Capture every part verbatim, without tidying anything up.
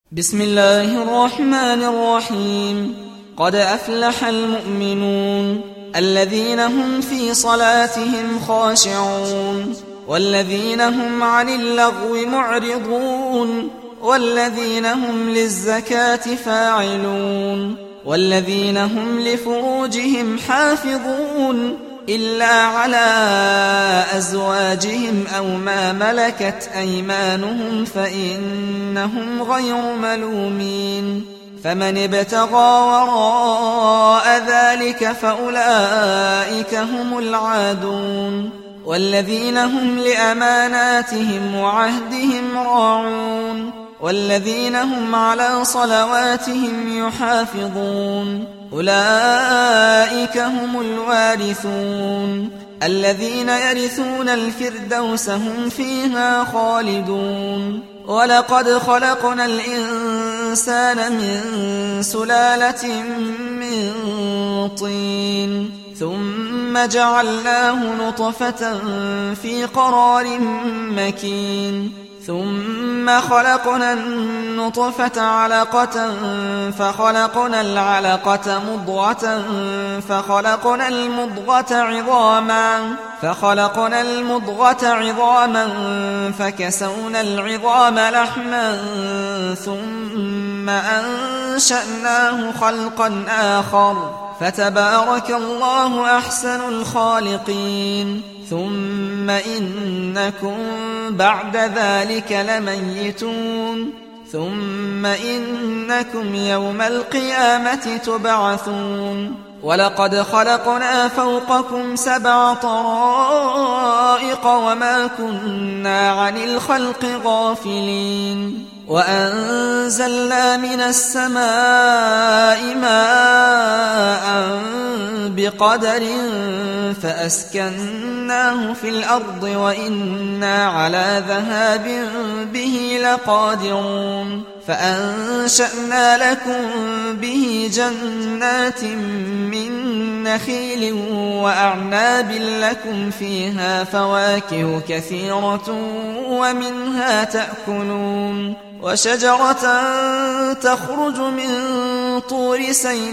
بسم الله الرحمن الرحيم. قد أفلح المؤمنون الذين هم في صلاتهم خاشعون والذين هم عن اللغو معرضون والذين هم للزكاة فاعلون والذين هم لفروجهم حافظون إلا على أزواجهم أو ما ملكت أيمانهم فإنهم غير ملومين. فمن ابتغى وراء ذلك فأولئك هم العادون والذين هم لأماناتهم وعهدهم راعون والذين هم على صلواتهم يحافظون أولئك هم الوارثون الذين يرثون الفردوس هم فيها خالدون. ولقد خلقنا الإنسان من سلالة من طين ثم جعلناه نطفة في قرار مكين ثم خلقنا النطفة علقة فخلقنا العلقة مضغة فخلقنا المضغة عظاما فخلقنا المضغة عظاما فكسونا العظام لحما ثم أنشأناه خلقا آخر فتبارك الله أحسن الخالقين. ثم إنكم بعد ذلك لميتون ثم إنكم يوم القيامة تبعثون. ولقد خلقنا فوقكم سبع طرائق وما كنا عن الخلق غافلين وأنزلنا من السماء ماء بقدر فأسكناه في الأرض وإنا على ذهاب به لقادرون. فأنشأنا لكم به جنات من نخيل وأعناب لكم فيها فواكه كثيرة ومنها تأكلون وشجرة تخرج من طور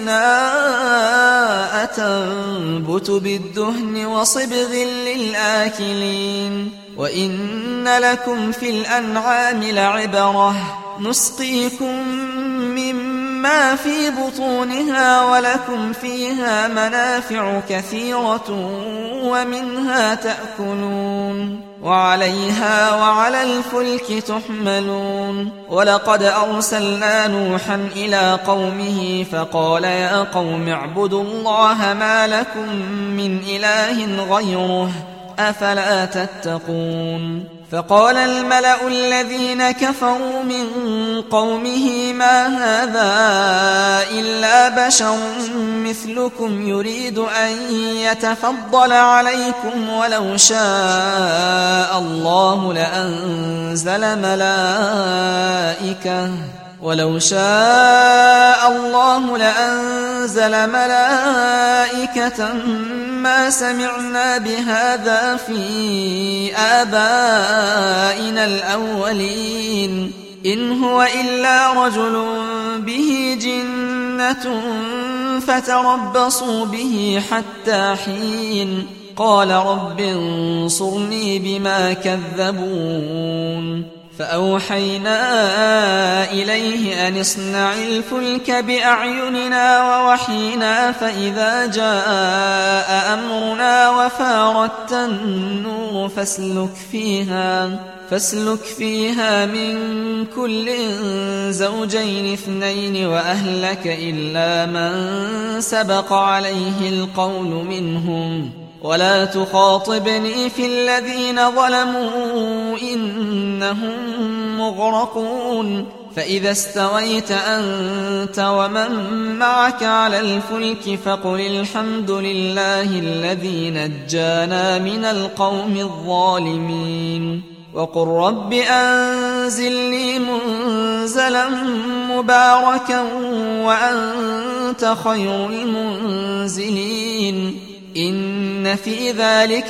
سيناء تنبت بالدهن وصبغ للآكلين. وإن لكم في الأنعام لعبرة نسقيكم مما في بطونها ولكم فيها منافع كثيرة ومنها تأكلون وعليها وعلى الفلك تحملون. ولقد أرسلنا نوحا إلى قومه فقال يا قوم اعبدوا الله ما لكم من إله غيره أفلا تتقون. فقال الملأ الذين كفروا من قومه ما هذا إلا بشر مثلكم يريد أن يتفضل عليكم ولو شاء الله لأنزل ملائكة ولو شاء الله لأنزل ملائكة ما سمعنا بهذا في آبائنا الأولين إن هو إلا رجل به جنة فتربصوا به حتى حين. قال رب انصرني بما كذبون. فأوحينا إليه أن اصنع الفلك بأعيننا ووحينا فإذا جاء أمرنا وفارت النور فاسلك فيها فاسلك فيها من كل زوجين اثنين وأهلك إلا من سبق عليه القول منهم ولا تخاطبني في الذين ظلموا إنهم مغرقون. فإذا استويت أنت ومن معك على الفلك فقل الحمد لله الذي نجانا من القوم الظالمين وقل رب أنزلني منزلا مباركا وأنت خير المنزلين. إن في ذلك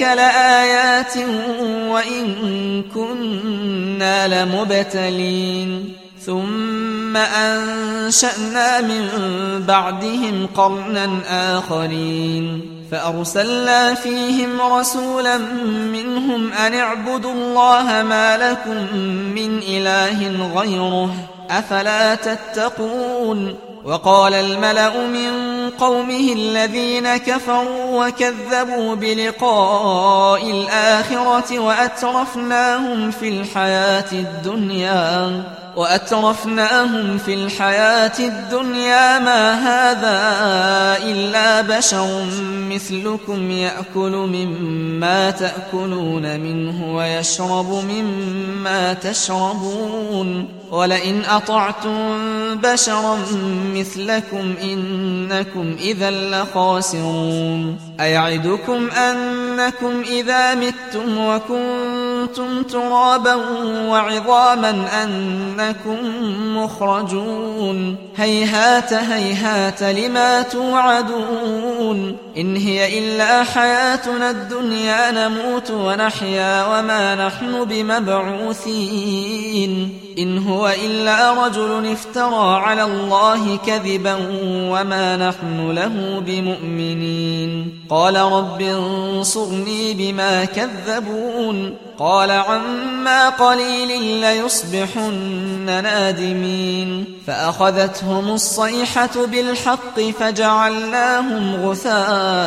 لآيات وإن كنا لمبتلين ثم أنشأنا من بعدهم قرنا آخرين فأرسلنا فيهم رسولا منهم أن اعبدوا الله ما لكم من إله غيره أفلا تتقون وقال الملأ من قومه الذين كفروا وكذبوا بلقاء الآخرة وأترفناهم في الحياة الدنيا وأترفناهم في الحياة الدنيا ما هذا إلا بشر مثلكم يأكل مما تأكلون منه ويشرب مما تشربون ولئن أطعتم بشرا مثلكم إنكم إذا لخاسرون أيعدكم أنكم إذا متم وكنتم ترابا وعظاما أنكم مخرجون هيهات هيهات لما توعدون إن هي إلا حياتنا الدنيا نموت ونحيا وما نحن بمبعوثين إن هو إلا رجل افترى على الله كذبا وما نحن له بمؤمنين قال رب انصرني بما كذبون قال عما قليل ليصبحن نادمين فأخذتهم الصيحة بالحق فجعلناهم غثاء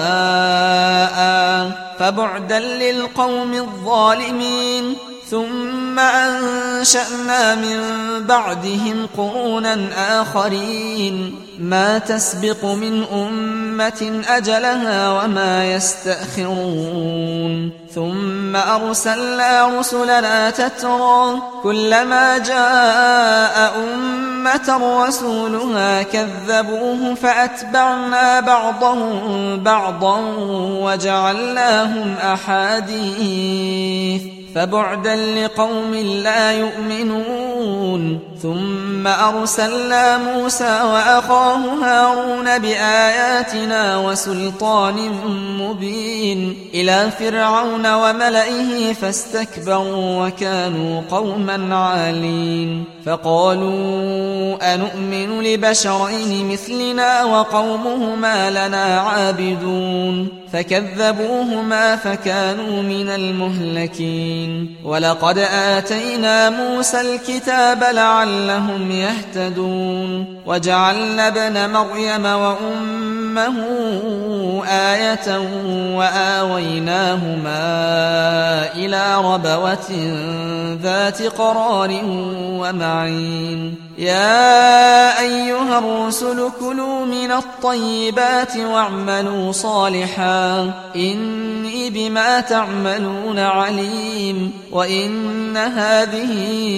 فبعدا للقوم الظالمين ثم أنشأنا من بعدهم قرونا آخرين ما تسبق من أمة أجلها وما يستأخرون ثم أرسلنا رسلنا تترى كلما جاء أمة رسولها كذبوه فأتبعنا بعضهم بعضا وجعلناهم أحاديث فبعدا لقوم لا يؤمنون ثم أرسلنا موسى وأخاه هارون بآياتنا وسلطان مبين إلى فرعون وملئه فاستكبروا وكانوا قوما عالين فقالوا أنؤمن لبشرين مثلنا وقومهما لنا عابدون فكذبوهما فكانوا من المهلكين ولقد آتينا موسى الكتاب لعلهم يهتدون وجعلنا ابن مريم وأمه آية وآويناهما إلى ربوة ذات قرار ومعين يا أيها الرسل كلوا من الطيبات واعملوا صالحا إني بما تعملون عليم وإن هذه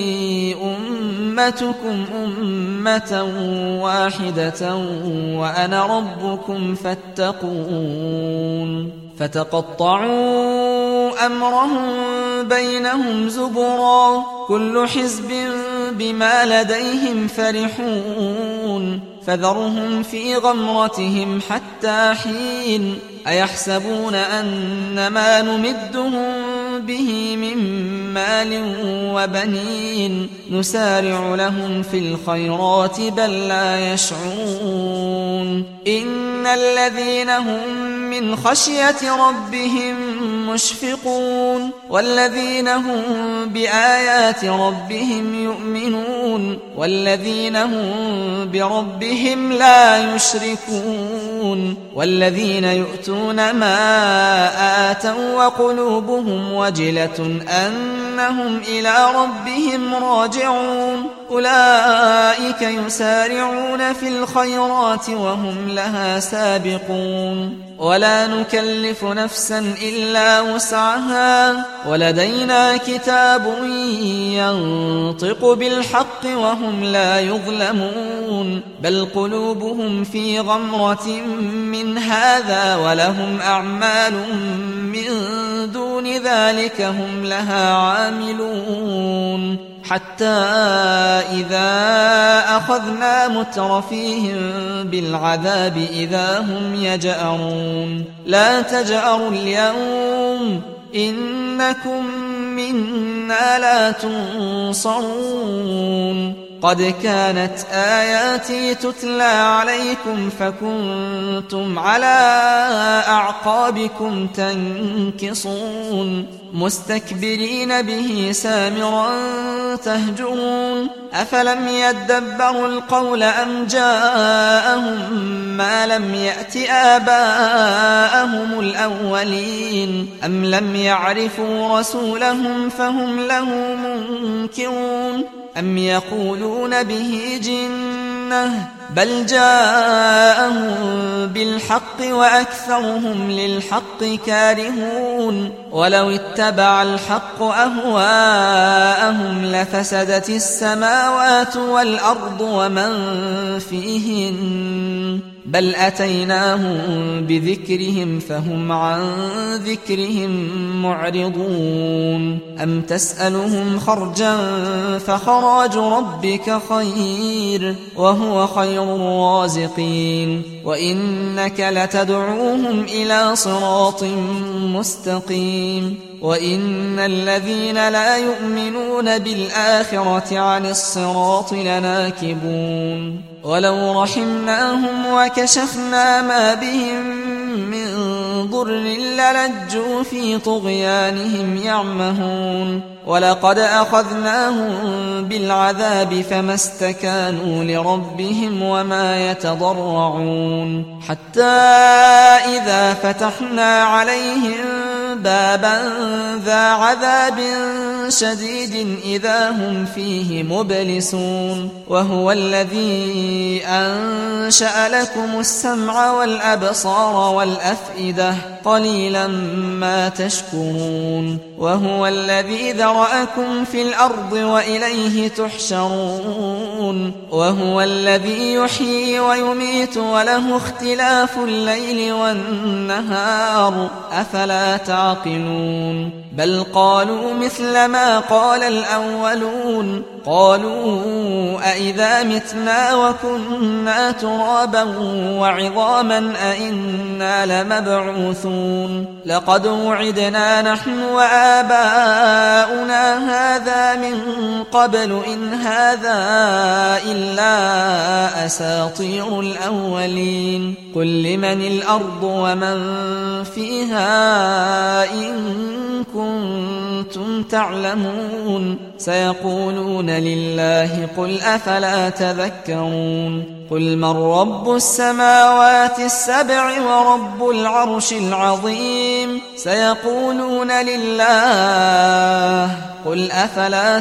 أمتكم أمة واحدة وأنا ربكم فاتقون فتقطعوا أمرهم بينهم زبرا كل حزب بما لديهم فرحون فذرهم في غمرتهم حتى حين أيحسبون أن ما نمدهم به من مال وبنين نسارع لهم في الخيرات بل لا يشعرون إن الذين هم من خشية ربهم مشفقون والذين هم بآيات ربهم يؤمنون والذين هم بربهم لا يشركون والذين يؤتون ما آتوا وقلوبهم وجلة أنهم إلى ربهم راجعون أولئك يسارعون في الخيرات وهم لها سابقون ولا نكلف نفسا إلا وسعها ولدينا كتاب ينطق بالحق وهم لا يظلمون بل قلوبهم في غمرة من هذا ولهم أعمال من دون ذلك هم لها عاملون حتى إذا أخذنا مترفيهم بالعذاب إذا هم يجأرون لا تجأروا اليوم إنكم منا لا تنصرون قد كانت آياتي تتلى عليكم فكنتم على أعقابكم تنكصون مستكبرين به سامرا تهجرون أفلم يدبروا القول أم جاءهم ما لم يأت آباءهم الأولين أم لم يعرفوا رسولهم فهم له منكرون أم يقولون به جنة بل جاءهم بالحق وأكثرهم للحق كارهون ولو اتبع الحق أهواءهم لفسدت السماوات والأرض ومن فيهن بل أتيناهم بذكرهم فهم عن ذكرهم معرضون أم تسألهم خرجا فخراج ربك خير وهو خير الرازقين وإنك لتدعوهم إلى صراط مستقيم وإن الذين لا يؤمنون بالآخرة عن الصراط لناكبون ولو رحمناهم وكشفنا ما بهم من ضر للجوا في طغيانهم يعمهون ولقد أخذناهم بالعذاب فما استكانوا لربهم وما يتضرعون حتى إذا فتحنا عليهم بابا ذا عذاب شديد إذا هم فيه مبلسون وهو الذي أنشأ لكم السمع والأبصار والأفئدة قليلا ما تشكرون وهو الذي ذرأكم في الأرض وإليه تحشرون وهو الذي يحيي ويميت وله اختلاف الليل والنهار أفلا تعقلون بل قالوا مثل ما قال الأولون قالوا أئذا متنا وكنا ترابا وعظاما أئنا لمبعوثون لقد وعدنا نحن وآباؤنا هذا من قبل إن هذا إلا أساطير الأولين قل لمن الأرض ومن فيها إن كنتم تعلمون سيقولون لله قل أفلا تذكرون قل من رب السماوات السبع ورب العرش العظيم سيقولون لله قل أفلا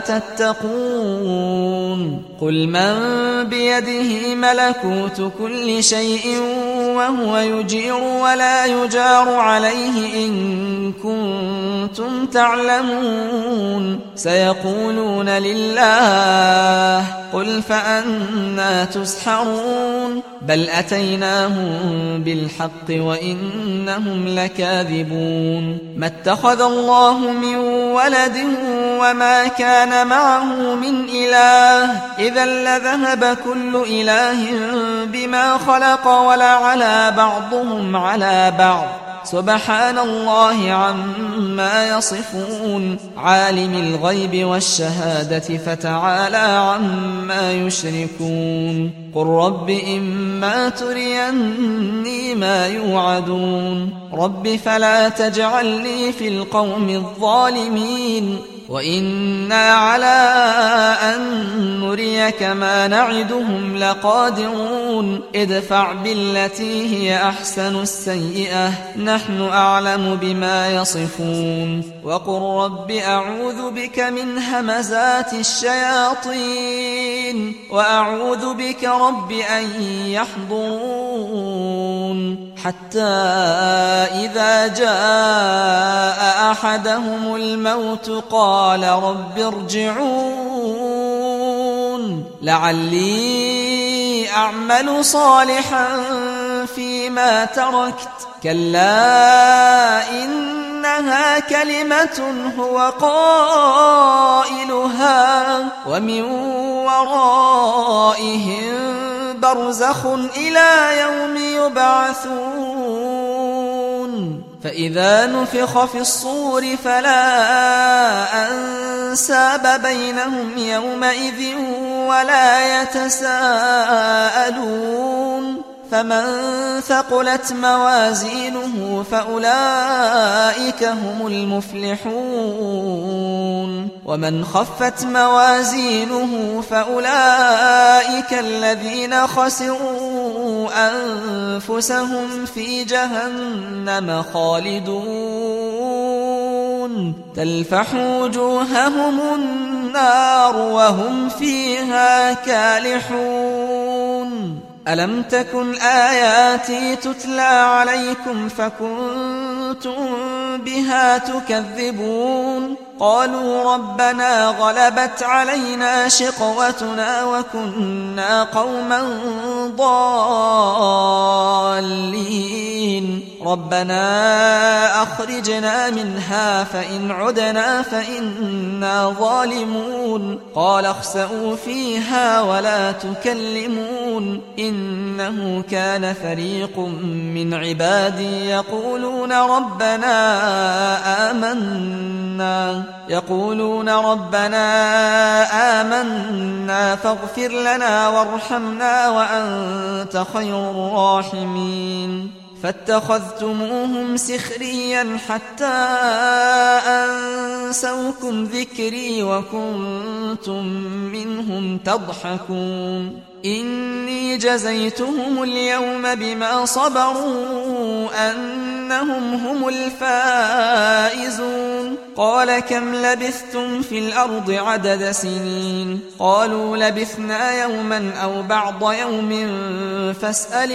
تتقون قل من بيده ملكوت كل شيء وهو يجير ولا يجار عليه إن كنتم تعلمون سيقولون لله قل فأنا تسحرون بل أتيناهم بالحق وإنهم لكاذبون ما اتخذ الله من ولد وما كان معه من إله إذا لذهب كل إله بما خلق ولعلى بعضهم على بعض سبحان الله عما يصفون عالم الغيب والشهادة فتعالى عما يشركون قل رب إما تريني ما يوعدون رب فلا تجعلني في القوم الظالمين وإنا على أن نريك ما نعدهم لقادرون ادفع بالتي هي أحسن السيئة نحن أعلم بما يصفون وقل رب أعوذ بك من همزات الشياطين وأعوذ بك رب أن يحضرون حتى إذا جاء أحدهم الموت قال رب ارجعون لعلي أعمل صالحا فيما تركت كلا إنها كلمة هو قائلها ومن ورائهم برزخ إلى يوم يبعثون فإذا نفخ في الصور فلا أنساب بينهم يومئذ ولا يتساءلون فمن ثقلت موازينه فأولئك هم المفلحون ومن خفت موازينه فأولئك الذين خسروا أنفسهم في جهنم خالدون تلفح وجوههم النار وهم فيها كالحون ألم تكن آياتي تتلى عليكم فكنتم بها تكذبون قالوا ربنا غلبت علينا شقوتنا وكنا قوما ضالين ربنا أخرجنا منها فإن عدنا فإنا ظالمون قال اخسئوا فيها ولا تكلمون إنه كان فريق من عبادي يقولون ربنا آمنا يقولون ربنا آمنا فاغفر لنا وارحمنا وأنت خير الراحمين فاتخذتموهم سخريا حتى أنسوكم ذكري وكنتم منهم تضحكون إني جزيتهم اليوم بما صبروا أنهم هم الفائزون قال كم لبثتم في الأرض عدد سنين قالوا لبثنا يوما أو بعض يوم فاسأل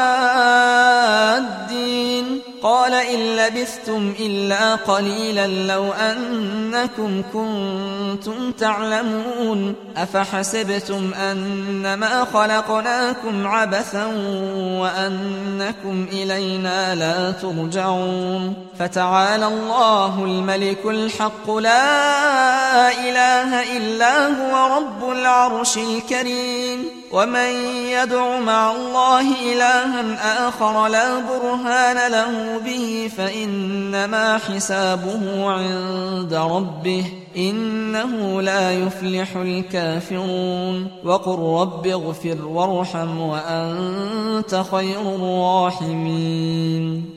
العادين قال إن لبثتم إلا قليلا لو أنكم كنتم تعلمون أفحسبتم أنما خلقناكم عبثا وأنكم إلينا لا ترجعون فتعالى الله الملك الحق لا إله إلا هو رب العرش الكريم ومن يدع مع الله إلها آخر لا برهان له به فإنما حسابه عند ربه إنه لا يفلح الكافرون وقل رب اغفر وارحم وأنت خير الراحمين